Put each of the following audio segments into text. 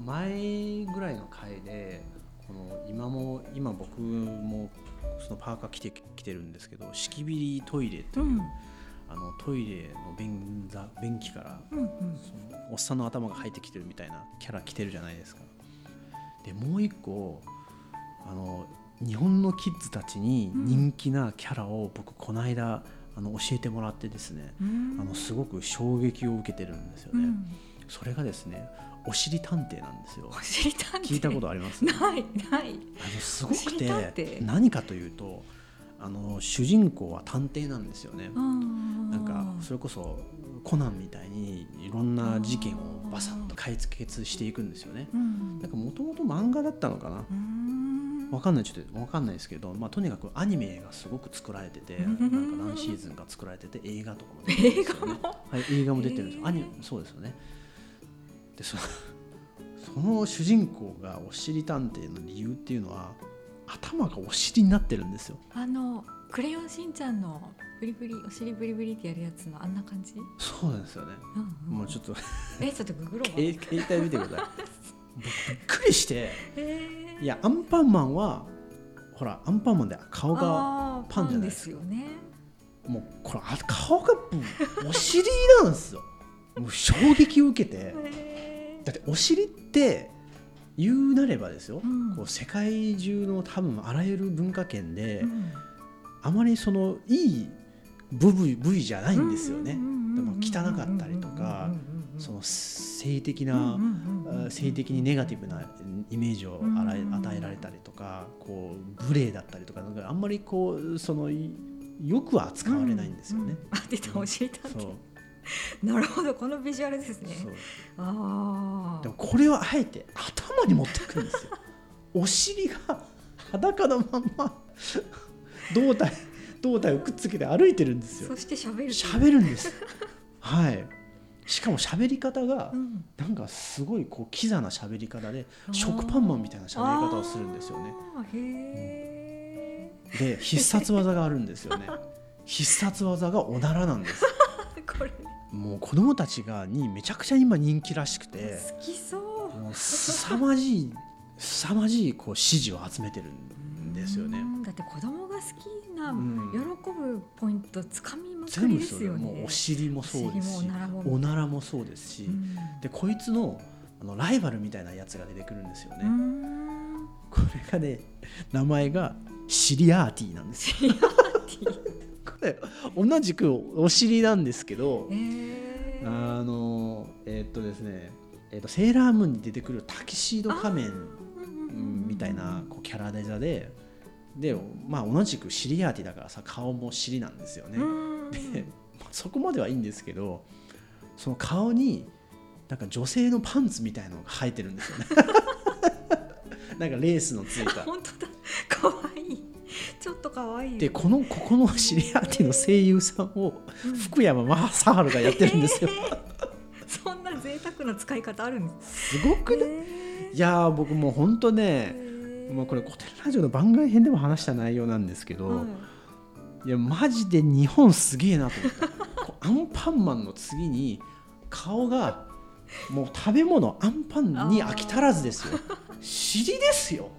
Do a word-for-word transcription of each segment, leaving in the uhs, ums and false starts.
前ぐらいの回でこの今も今僕もそのパーカー着てきてるんですけど、シキビリトイレという、うん、あのトイレの便座便器から、うんうん、そのおっさんの頭が生えてきてるみたいなキャラ着てるじゃないですか。でもう一個あの日本のキッズたちに人気なキャラを僕この間あの教えてもらってですね、うん、あのすごく衝撃を受けてるんですよね、うん、それがですねおしり探偵なんですよ。 おしり探偵聞いたことあります？ ないない。 あのすごくて何かというとあの主人公は探偵なんですよね。なんかそれこそコナンみたいにいろんな事件をバサッと解決していくんですよね。なんかもともと漫画だったのかな、わかんないちょっとわかんないですけど、まあ、とにかくアニメがすごく作られてて、なんか何シーズンか作られてて映画とかも出てるんですよね。はい、映画も出てるんですよ。アニメそうですよね。で そ, その主人公がおしり探偵の理由っていうのは頭がお尻になってるんですよ。 あのクレヨンしんちゃんのブリブリお尻ブリブリってやるやつのあんな感じ。 そうなんですよね、うんうん、もうちょっとえちょっとググろう携帯見てください僕びっくりして、えー、いやアンパンマンはほらアンパンマンで顔がパンじゃないですか。 ですよね。 もうこれ顔がお尻なんですよもう衝撃を受けて、えー、だってお尻って言うなればですよ、うん、こう世界中の多分あらゆる文化圏で、うん、あまりそのいい部位、部位じゃないんですよね。でも汚かったりとか、その性的な、性的にネガティブなイメージを与えられたりとか、こう無礼だったりとか、なんかあんまりこうそのよくは扱われないんですよね。 あ、出たお尻探偵。なるほど、このビジュアルですね。そうあでもこれをあえて頭に持ってくるんですよ。お尻が裸のまんま胴体胴体をくっつけて歩いてるんですよ。 そして喋る喋るんですはい。しかも喋り方が、うん、なんかすごいこうキザな喋り方で食パンマンみたいな喋り方をするんですよね。へー、うん、で必殺技があるんですよね必殺技がおならなんですこれもう子供たちがにめちゃくちゃ今人気らしくて、 好きそう、 もう凄まじい凄まじいこう支持を集めてるんですよね。 だって子供が好きな、うん、喜ぶポイントつかみまくりですよね。 もうお尻もそうですし、 おならもおならもそうですし、うん、でこいつ の, あのライバルみたいなやつが出てくるんですよね。これがね名前がシリアーティなんですよ。シリアーティこれ同じくお尻なんですけど、えー、あのえー、っとですね、えー、っとセーラームーンに出てくるタキシード仮面みたいなこうキャラデザで、で、まあ、同じくシリアーティだからさ顔も尻なんですよね。でそこまではいいんですけど、その顔になんか女性のパンツみたいなのが生えてるんですよねなんかレースのついた本当だ、かわいい、ちょっとかわいい。 でこのここのシリアーティの声優さんを福山雅治がやってるんですよ、えー、 そんな贅沢な使い方あるんです。 すごくね、えー、いや僕もう本当ね、えー、もうこれ古典ラジオの番外編でも話した内容なんですけど、はい、いやマジで日本すげえなと思ったアンパンマンの次に顔がもう食べ物アンパンに飽き足らずですよ尻ですよ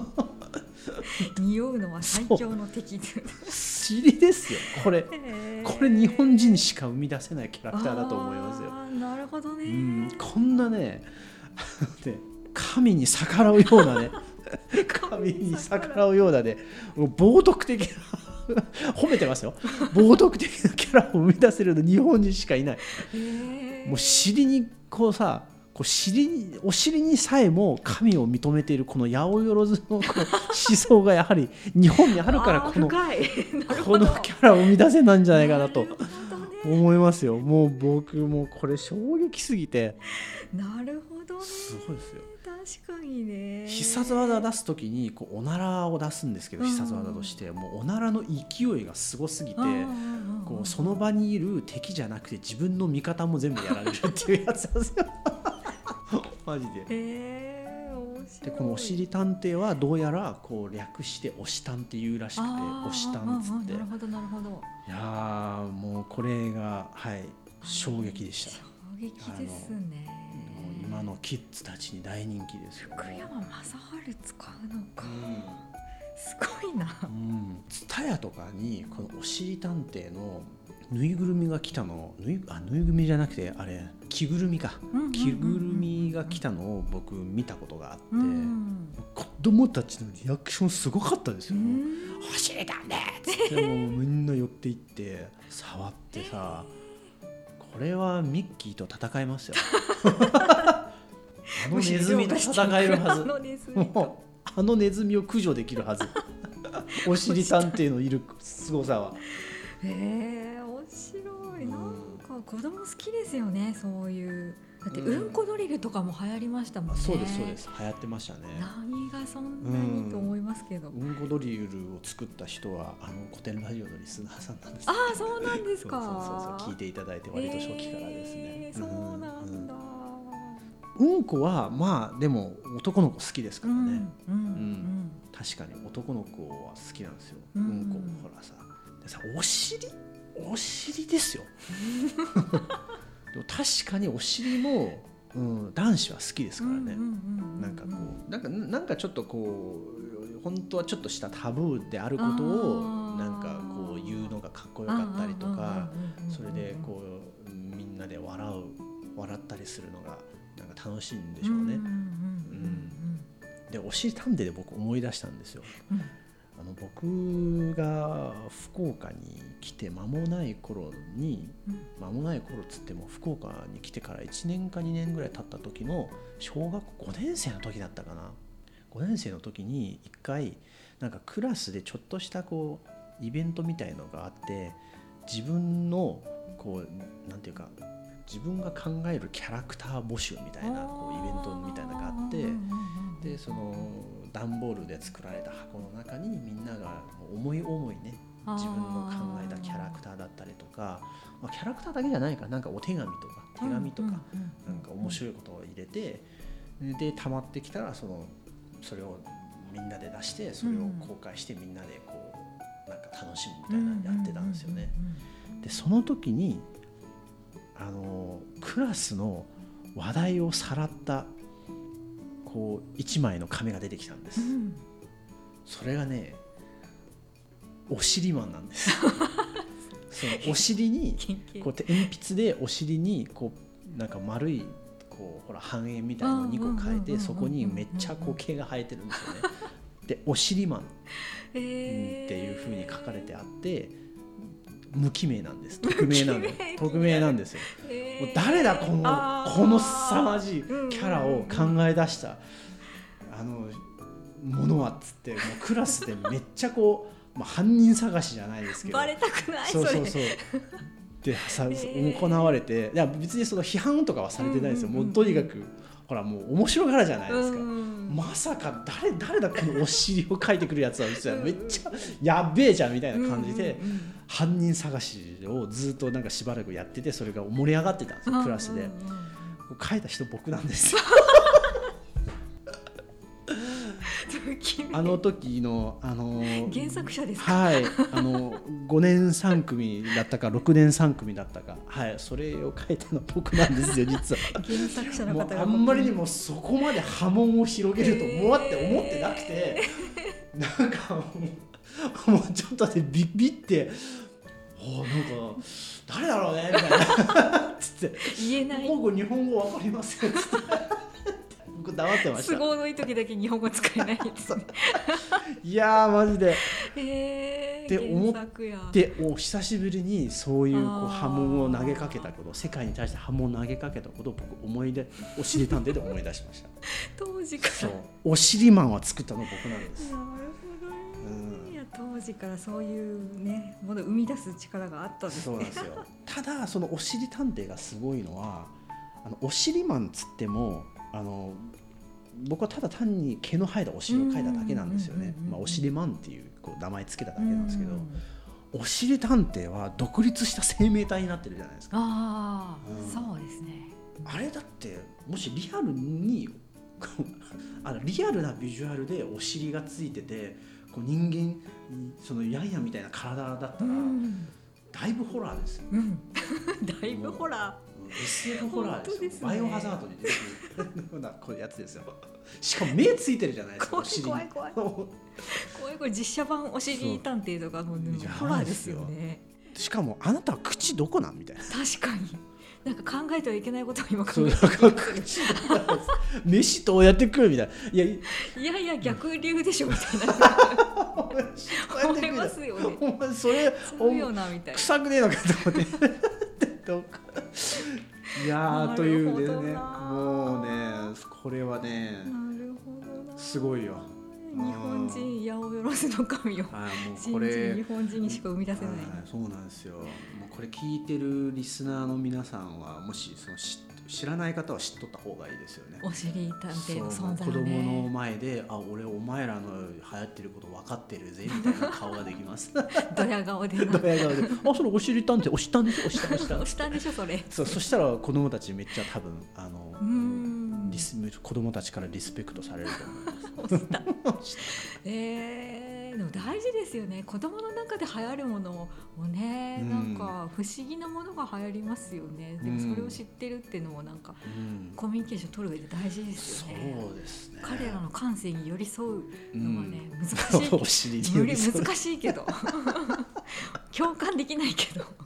匂うのは最強の敵尻ですよこれ、これ日本人しか生み出せないキャラクターだと思いますよ。 なるほどね、 うん、こんなね神に逆らうようなね神に逆らうようなねもう冒涜的な褒めてますよ、冒涜的なキャラを生み出せるの日本人しかいない。もう尻にこうさこう尻お尻にさえも神を認めているこの八百万のこの思想がやはり日本にあるからこのこのキャラを生み出せなんじゃないかなと思いますよ。もう僕もこれ衝撃すぎて。 なるほどね、 すごいですよ。 確かにね。 必殺技を出すときにこうおならを出すんですけど、必殺技としてもうおならの勢いがすごすぎて、こうその場にいる敵じゃなくて自分の味方も全部やられるっていうやつなんですよマジで。 えー、面白い。 でこのおしり探偵はどうやらこう略しておしたんっていうらしくて、おしたんっつって。 なるほどなるほど。 いやもうこれがはい衝撃でした。 衝撃ですね。 今のキッズたちに大人気ですよ。 福山雅治使うのか、うん、すごいな。 ツタヤとかにこのおしりたんていのぬいぐるみが来たの、ぬい、あ、ぬいぐるみじゃなくてあれ着ぐるみか、うんうんうんうん、着ぐるみが来たのを僕見たことがあって、うん、子供たちのリアクションすごかったですよ、うん、おしりたんていっつってもうみんな寄っていって触ってさ、これはミッキーと戦いますよあのネズミと戦えるはずあのネズミとあのネズミを駆除できるはずおしりたんていのいる凄さは。 へえ、面白い。なんか子供好きですよね、そういう。だってうんこドリルとかも流行りましたもんね。 そうですそうです、流行ってましたね。 何がそんなにと思いますけど、 うん、うんこドリルを作った人はあの古典ラジオのリスナーさんなんです、 ね、ああ、そうなんですか。 そうそうそう、聞いていただいて割と初期からですね、 えー、そうなんだ、 うん、うんこはまあでも男の子好きですからね、うんうんうん、 確かに男の子は好きなんですよ、うん、うんこほらさ、でさ、お尻お尻ですよでも確かにお尻も、うん、男子は好きですからね。なんかこうなんかなんかちょっとこう本当はちょっとしたタブーであることをなんかこう言うのがかっこよかったりとか、それでこうみんなで笑う笑ったりするのがなんか楽しいんでしょうね。で、お尻たんていで僕思い出したんですよ。うん、あの僕が福岡に来て間もない頃に、うん、間もない頃っつっても福岡に来てからいちねんかにねんぐらい経った時の小学校ごねん生の時だったかな、ごねん生の時に一回なんかクラスでちょっとしたこうイベントみたいのがあって、自分のこうなんていうか自分が考えるキャラクター募集みたいなこうイベントみたいなのがあって、でその段ボールで作られた箱の中にみんなが思い思いね、自分の考えたキャラクターだったりとか、まあ、キャラクターだけじゃないか、なんかお手紙とか手紙とかなんか面白いことを入れて、で溜まってきたらそのそれをみんなで出してそれを公開してみんなでこうなんか楽しむみたいなのやってたんですよね。でその時にあのクラスの話題をさらったこう一枚の紙が出てきたんです、うん、それがねお尻マンなんですそのお尻にこう鉛筆でお尻にこうなんか丸いこうほら半円みたいなのをにこ書いて、そこにめっちゃこう毛が生えてるんですよねでお尻マンっていう風に書かれてあって、無記名なんです、匿名なんです匿名なんですよ、えー、もう誰だこのこの凄まじいキャラを考え出した、あのものはっつって、もうクラスでめっちゃこう、まあ、犯人探しじゃないですけどバレたくない、 そうそうそうでさ、えー、行われて、いや別にその批判とかはされてないですよ、うんうんうん、もうとにかくほらもう面白がらじゃないですか、うん、まさか誰誰だこのお尻を描いてくるやつは実はめっちゃやべえじゃんみたいな感じで、うんうんうん、犯人探しをずっとなんかしばらくやってて、それが盛り上がってたんですよ、クラスで、うんうんうん、描いた人僕なんですよあの時の、あのー、 原作者ですか、 はい、あのごねんさん組だったかろくねんさん組だったか、はい、それを書いたの僕なんですよ実は原作者の方があんまりにもそこまで波紋を広げると思って思ってなくて、なんかもう、もうちょっとでビビっておなんか誰だろうねみたいなつって言えない、 僕日本語わかりませんつって僕黙ってました。 都合のいい時だけ日本語使えないですねいやーマジでえって思ってお久しぶりにそういう、こう波紋を投げかけたこと、世界に対して波紋を投げかけたことを僕思い出おしりたんていで思い出しました当時からそうおしりマンは作ったの僕なんです。 なるほど、うん、いや当時からそういうねものを生み出す力があったんですね。 そうなんですよただそのおしりたんていがすごいのは、あのおしりマンつってもあの僕はただ単に毛の生えたお尻を描いただけなんですよね。まあおしりマンっていうこう名前つけただけなんですけど、おしりたんていは独立した生命体になってるじゃないですか。 ああ、うん、そうですね。 あれだってもしリアルにあのリアルなビジュアルでお尻がついてて、こう人間そのヤンヤみたいな体だったら、うん、だいぶホラーですよ、 うん、だいぶホラー、 エスエフ ホラーですよ。 本当ですねバイオハザードに出てくるようなこういうやつですよ。しかも目ついてるじゃないですか。 怖い怖い怖い怖い、これ実写版おしり探偵とかもうホラーですよね。 しかもあなたは口どこなんみたいな。 確かになんか考えてはいけないことを今考そうえてだから口どこなんです飯どうやって食うみたいな。いやいやいや逆流でしょみたいな思いますよね。 お前それそうよなみたいな。 臭くねえのかと思ってどうかいやーというですね、もうねこれはねなるほどな、 すごいよ。 日本人八百万の神をはいもう信これじ日本人にしか生み出せない。 はいそうなんですよ。もうこれ聞いてるリスナーの皆さんはもしその知知らない方は知っとった方がいいですよね。 おしり探偵の存在子をね。 供の前であ俺お前らの流行ってること分かってるぜみたいな顔ができますドヤ顔でなドヤ顔であそれおしり探偵押したんでしょ押した押した押したんでしょそれ。 そうそしたら子供たちめっちゃ多分あのうーんリス子供たちからリスペクトされると思います押したえー、でも大事ですよね。子供の中で流行るものもね、 うんなんか不思議なものが流行りますよね。でもそれを知ってるっていうのもなんか、 うんコミュニケーション取る上で大事ですよね。 そうですね。 彼らの感性に寄り添うのはね、 うん難しいお尻に無理寄り添う難しいけど共感できないけど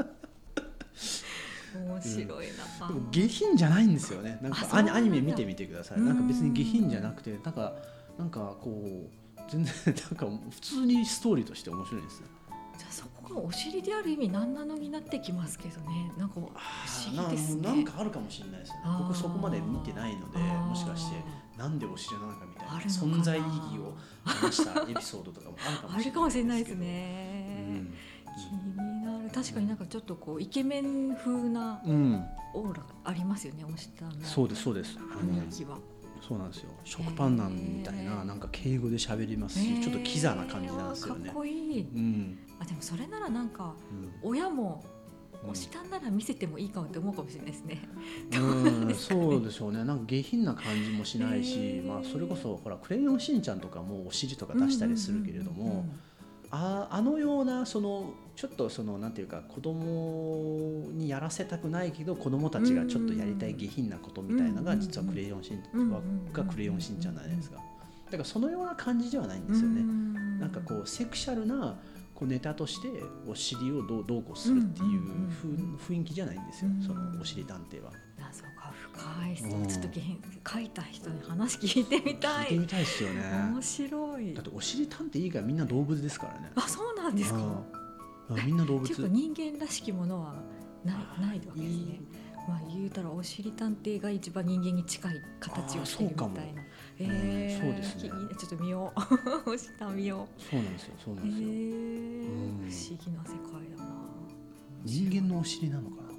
面白いな、 でも下品じゃないんですよね。なんかあそうなんだアニメ見てみてください。なんか別に下品じゃなくてなんかなんかこう全然なんか普通にストーリーとして面白いですね。 じゃあそこがお尻である意味何なのになってきますけどね。なんか不思議ですね。 ななんかあるかもしれないですね。僕そこまで見てないので、 あーもしかしてなんでお尻なのかみたいなあるのかな存在意義を話したエピソードとかもあるかもしれないですけど。 あるかもしれないですね、 うん気になる。確かになんかちょっとこうイケメン風なうん、 オーラがありますよね、お下のそうですそうです。あの雰囲気は。 そうなんですよ。食パンなんみたいななんか敬語で喋りますし、 へーちょっとキザな感じなんですよね。 かっこいい。 うんあでもそれならなんかうん親もお下なら見せてもいいかもって思うかもしれないですね。 うんですかねそうでしょうね。なんか下品な感じもしないし、 へーまあそれこそほらクレヨンしんちゃんとかもお尻とか出したりするけれども、 うんうんうんうんああのようなそのちょっとそのなんていうか子供にやらせたくないけど子供たちがちょっとやりたい下品なことみたいなのが実はクレヨンしんちゃんがクレヨンしんちゃんなんじゃないですか。だからそのような感じではないんですよね。なんかこうセクシャルなこうネタとしてお尻をどうどうこうするっていうふう雰囲気じゃないんですよ。そのお尻探偵は。 謎が深いですうんね。ちょっとげん書いた人に話聞いてみたい。 聞いてみたいですよね。 面白いだっ。てお尻探偵以外みんな動物ですからね。 あ、そうなんですか。 あみんな動物。 結構人間らしきものはないないわけですね。まあ言うたらおしり探偵が一番人間に近い形をしているみたいな。ええそうですね。 気にちょっと見よう。下見よう。 そうなんですよ。そうなんえですよ。 えうん不思議な世界だな。 人間のお尻なのかな。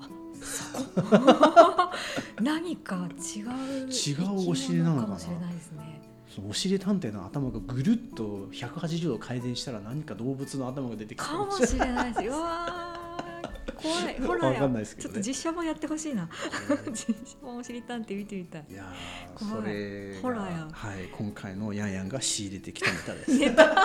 何か違う違うお尻なのかなかもしれないですね。 そのお尻探偵の頭がぐるっとひゃくはちじゅうど改善したら何か動物の頭が出てくるかもしれないですよ。うわー怖い。ホラーや。 わかんないですけちょっどねと実写版やってほしいな。実写版おしり探偵見てみたい。 いやー怖いそれがホラーやはい今回のヤンヤンが仕入れてきたネタです。 ネタ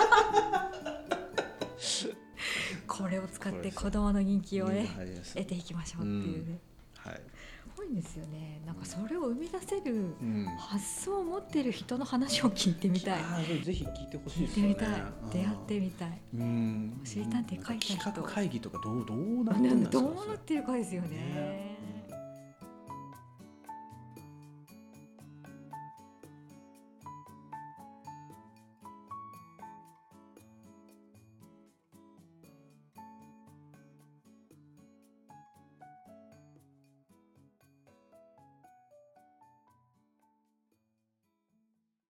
これを使って子供の人気をねはいです得ていきましょうっていうね。 はい。 すごいんですよね。なんかそれを生み出せるうん。 発想を持ってる人の話を聞いてみたい。 あーそれぜひ聞いてほしい聞いですよね。 てみたい。出会ってみたい。 うん。 おしり探偵書いた人企画会議とかどうどうなってんだなんかどうなってるかですよね。